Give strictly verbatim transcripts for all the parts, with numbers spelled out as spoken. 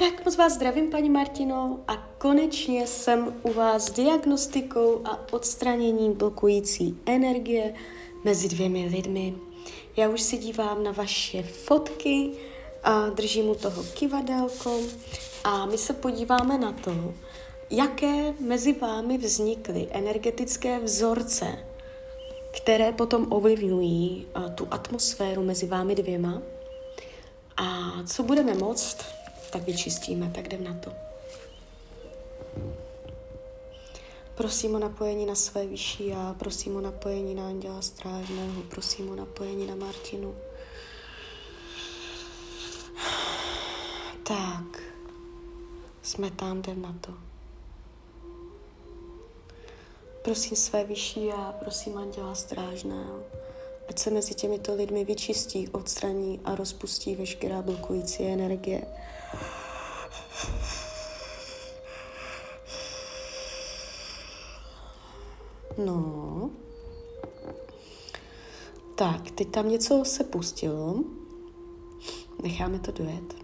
Tak moc vás zdravím, paní Martino, a konečně jsem u vás s diagnostikou a odstraněním blokující energie mezi dvěmi lidmi. Já už se dívám na vaše fotky a držím u toho kivadélko a my se podíváme na to, jaké mezi vámi vznikly energetické vzorce, které potom ovlivňují tu atmosféru mezi vámi dvěma. A co budeme moct, tak vyčistíme, tak jdem na to. Prosím o napojení na své vyšší já, prosím o napojení na Anděla Strážného, prosím o napojení na Martinu. Tak, jsme tam, jdem na to. Prosím své vyšší já, prosím Anděla Strážného, ať se mezi těmito lidmi vyčistí, odstraní a rozpustí veškerá blokující energie. No. Tak, teď tam něco se pustilo. Necháme to dojet.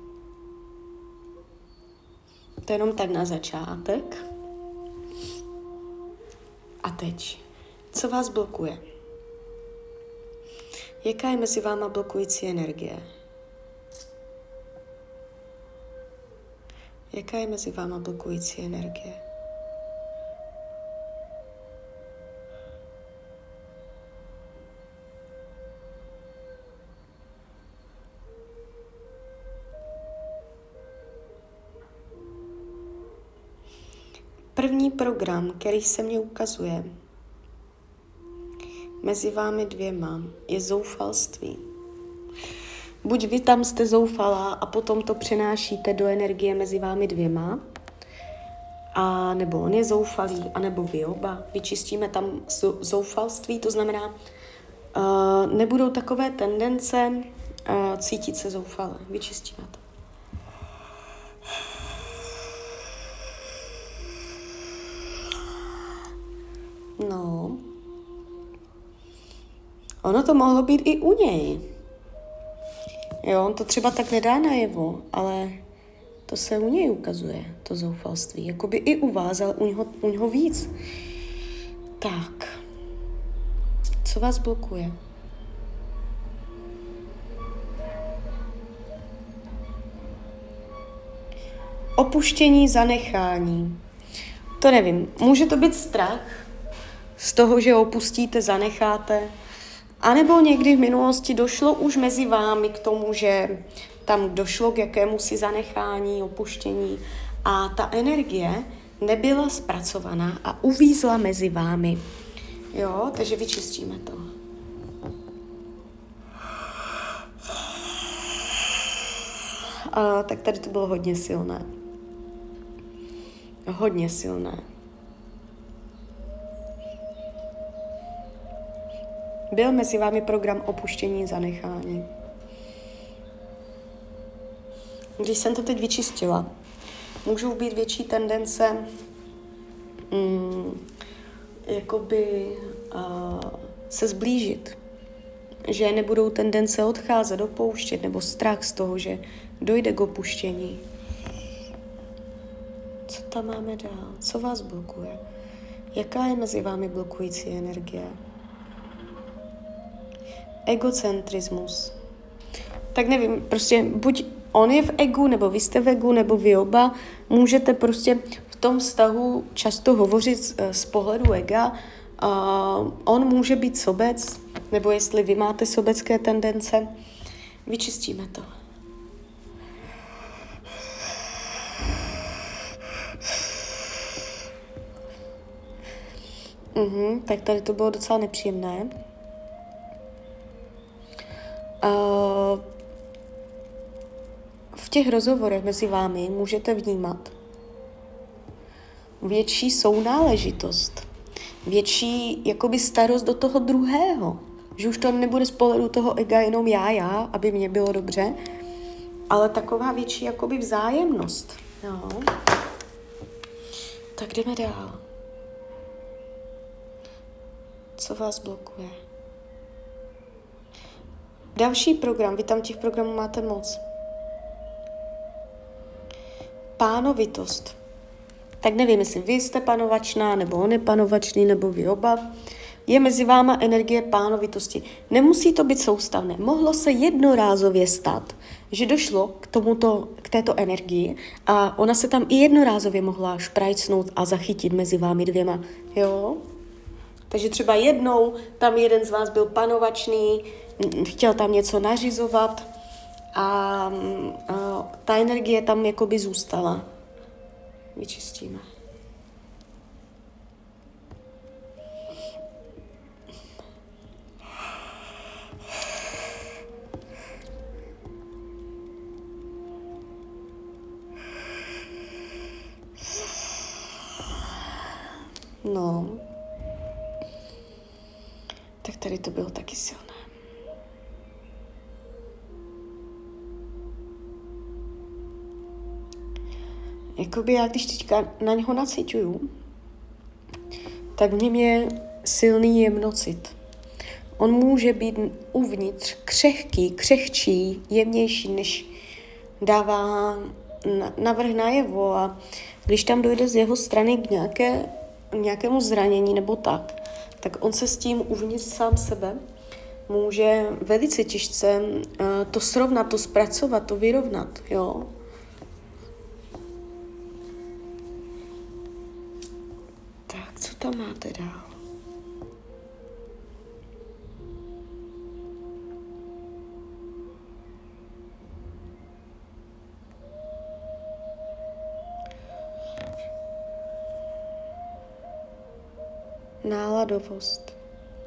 To je jenom tak na začátek. A teď, co vás blokuje? Jaká je mezi váma blokující energie? Jaká je mezi váma blokující energie? První program, který se mně ukazuje mezi vámi dvěma, je zoufalství. Buď vy tam jste zoufalá a potom to přenášíte do energie mezi vámi dvěma, a nebo on je zoufalý, anebo vy oba. Vyčistíme tam zoufalství, to znamená, uh, nebudou takové tendence uh, cítit se zoufale. Vyčistíme to. No, ono to mohlo být i u něj. Jo, on to třeba tak nedá najevo, ale to se u něj ukazuje, to zoufalství. Jakoby i u vás, ale u něho, u něho víc. Tak, co vás blokuje? Opuštění, zanechání. To nevím, může to být strach z toho, že opustíte, zanecháte, anebo někdy v minulosti došlo už mezi vámi k tomu, že tam došlo k jakémusi zanechání, opuštění a ta energie nebyla zpracovaná a uvízla mezi vámi. Jo, takže vyčistíme to. A, tak tady to bylo hodně silné. Hodně silné. Byl mezi vámi program opuštění, zanechání. Když jsem to teď vyčistila, můžou být větší tendence mm, jakoby uh, se zblížit. Že nebudou tendence odcházet, opouštět, nebo strach z toho, že dojde k opuštění. Co tam máme dál? Co vás blokuje? Jaká je mezi vámi blokující energie? Egocentrismus. Tak nevím, prostě buď on je v egu, nebo vy jste v egu, nebo vy oba. Můžete prostě v tom vztahu často hovořit z, z pohledu ega. Uh, on může být sobec, nebo jestli vy máte sobecké tendence. Vyčistíme to. Uh-huh, tak tady to bylo docela nepříjemné. Uh, v těch rozhovorech mezi vámi můžete vnímat větší sounáležitost, větší jakoby starost do toho druhého, že už to nebude z pohledu toho ega jenom já, já, aby mě bylo dobře, ale taková větší jakoby vzájemnost. Jo. Tak jdeme dál. Co vás blokuje? Další program, vy tam těch programů máte moc. pánovitost. Tak nevím, jestli vy jste panovačná, nebo on je panovačný, nebo vy oba. Je mezi váma energie pánovitosti. Nemusí to být soustavné. Mohlo se jednorázově stát, že došlo k tomuto, k této energii a ona se tam i jednorázově mohla šprajcnout a zachytit mezi vámi dvěma. Jo? Takže třeba jednou tam jeden z vás byl panovačný, chtěl tam něco nařizovat a, a ta energie tam jakoby zůstala. Vyčistíme. No. Tak tady to bylo taky silné. Jakoby já, když teďka na něho naciťuju, tak v něm je silný jemnocit. On může být uvnitř křehký, křehčí, jemnější, než dává navrh najevo. A když tam dojde z jeho strany k nějaké, nějakému zranění nebo tak, tak on se s tím uvnitř sám sebe může velice těžce uh, to srovnat, to zpracovat, to vyrovnat, jo. Tak, co tam máte dál? Náladovost.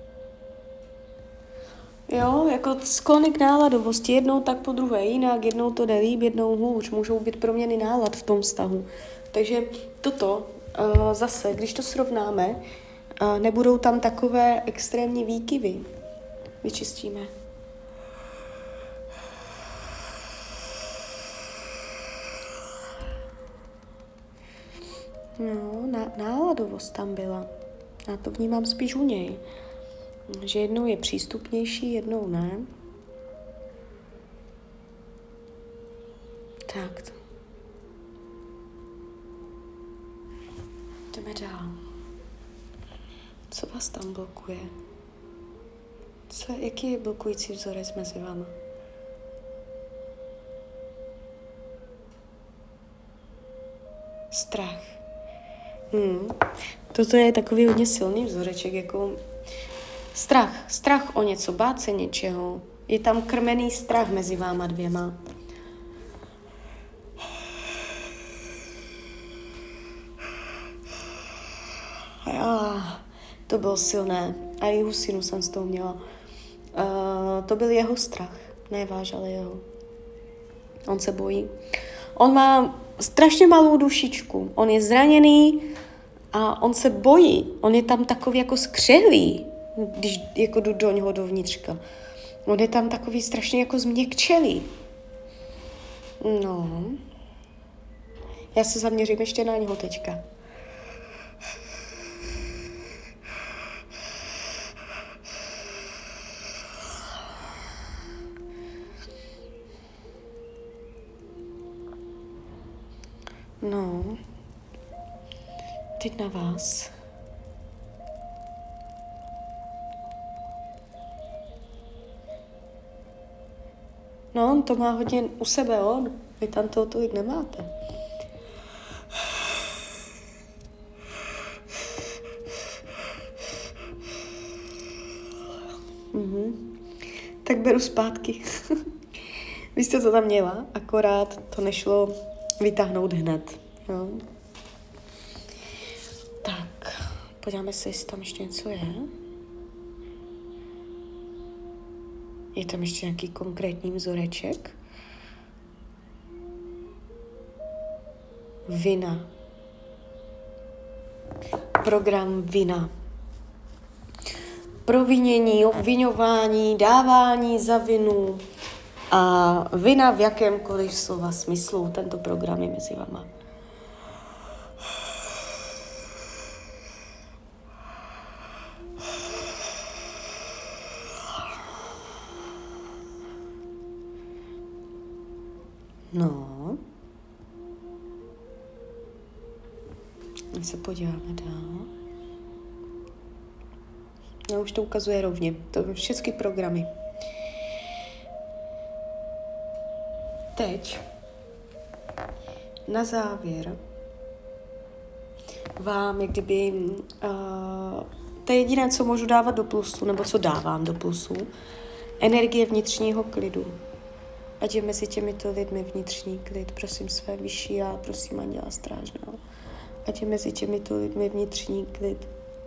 Jo, jako sklony k náladovosti, jednou tak po druhé jinak, jednou to jde líp, jednou hůř, můžou být proměny nálad v tom vztahu. Takže toto uh, zase, když to srovnáme, uh, nebudou tam takové extrémní výkyvy. Vyčistíme. No, ná- náladovost tam byla. Já to vnímám spíš u něj. Že jednou je přístupnější, jednou ne. Tak. Jdeme dál. Co vás tam blokuje? Co, jaký je blokující vzorec mezi váma? Strach. Hmm. Toto je takový hodně silný vzoreček, jako strach. Strach o něco, bát se něčeho. Je tam krmený strach mezi váma dvěma. Ah, to bylo silné. A i husinu jsem z toho měla. Uh, to byl jeho strach, ne váš, ale jeho. On se bojí. On má strašně malou dušičku. On je zraněný a on se bojí. On je tam takový jako skřehlý, když jako jdu do něho dovnitřka. On je tam takový strašně jako změkčelý. No. Já se zaměřím ještě na něho teďka. No, teď na vás. No, on to má hodně u sebe, on. Vy tam toho tolik nemáte. Mhm. Tak beru zpátky. Vy jste to tam měla, akorát to nešlo vytáhnout hned. Jo? Tak, podíváme se, jestli tam ještě něco je. Je tam ještě nějaký konkrétní vzoreček? Vina. Program vina. Provinění, obviňování, dávání za vinu a vina v jakémkoliv slova smyslu. Tento program je mezi váma. No. My se podíváme dál. No, už to ukazuje rovně. To jsou všechny programy. Teď na závěr vám, jak kdyby, uh, to je jediné, co můžu dávat do plusu, nebo co dávám do plusu, energie vnitřního klidu. Ať je mezi těmito lidmi vnitřní klid, prosím své vyšší já, prosím Anděla Strážného. Ať je mezi těmito lidmi vnitřní klid.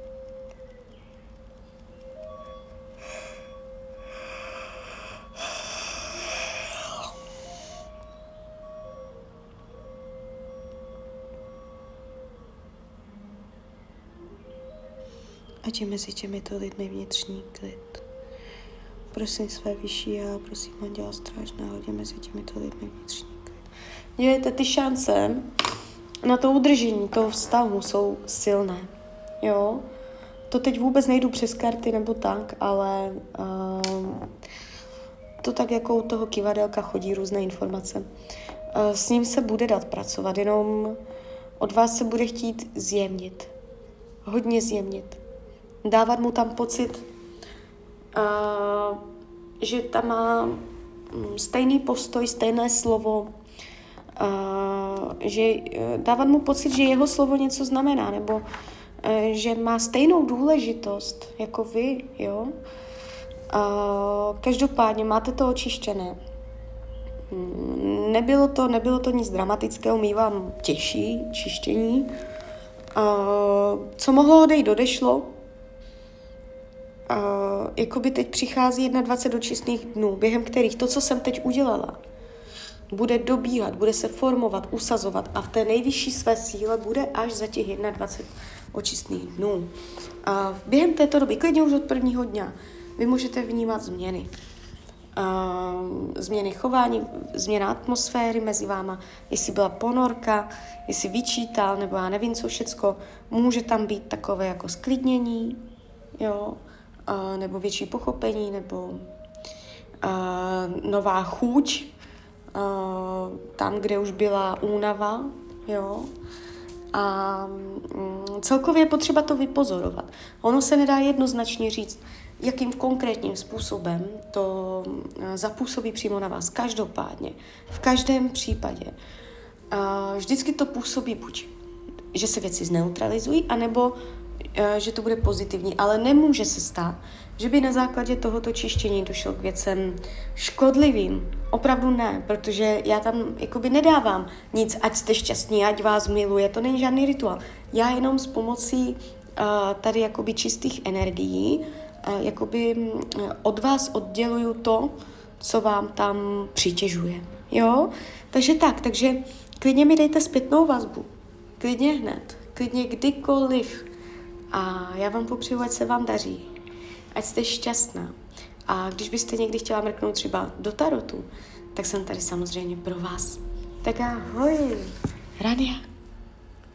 Ať je mezi těmito lidmi vnitřní klid. Prosím své vyšší já, prosím Anděla Strážného, ať je mezi těmito lidmi vnitřní klid. Dělejte, ty šance na to udržení toho vztahu jsou silné. Jo? To teď vůbec nejdu přes karty nebo tak, ale uh, to tak jako u toho kivadelka chodí různé informace. Uh, s ním se bude dát pracovat, jenom od vás se bude chtít zjemnit. Hodně zjemnit. Dávat mu tam pocit, uh, že tam má stejný postoj, stejné slovo, uh, že uh, dávat mu pocit, že jeho slovo něco znamená, nebo uh, že má stejnou důležitost jako vy, jo. Uh, každopádně máte to očištěné. Nebylo to, nebylo to nic dramatického, mívám těžší čištění. Uh, co mohlo odejít, odešlo. Uh, jakoby teď přichází dvacet jedna dočistných dnů, během kterých to, co jsem teď udělala, bude dobíhat, bude se formovat, usazovat a v té nejvyšší své síle bude až za těch dvacet jedna očistných dnů. Uh, během této doby, klidně už od prvního dňa, vy můžete vnímat změny. Uh, změny chování, změna atmosféry mezi váma, jestli byla ponorka, jestli vyčítal, nebo já nevím co všecko, může tam být takové jako sklidnění, jo, uh, nebo větší pochopení, nebo uh, nová chuť, uh, tam, kde už byla únava, jo, a um, celkově je potřeba to vypozorovat. Ono se nedá jednoznačně říct, jakým konkrétním způsobem to zapůsobí přímo na vás. Každopádně, v každém případě, vždycky to působí buď, že se věci zneutralizují, anebo že to bude pozitivní, ale nemůže se stát, že by na základě tohoto čištění došlo k věcem škodlivým. Opravdu ne, protože já tam jakoby nedávám nic, ať jste šťastní, ať vás miluje, to není žádný rituál. Já jenom s pomocí tady jakoby čistých energií jakoby od vás odděluju to, co vám tam přitěžuje. Jo? Takže tak, takže klidně mi dejte zpětnou vazbu. Klidně hned, klidně kdykoliv. A já vám popřeju, ať se vám daří. Ať jste šťastná. A když byste někdy chtěla mrknout třeba do tarotu, tak jsem tady samozřejmě pro vás. Tak ahoj, Rania.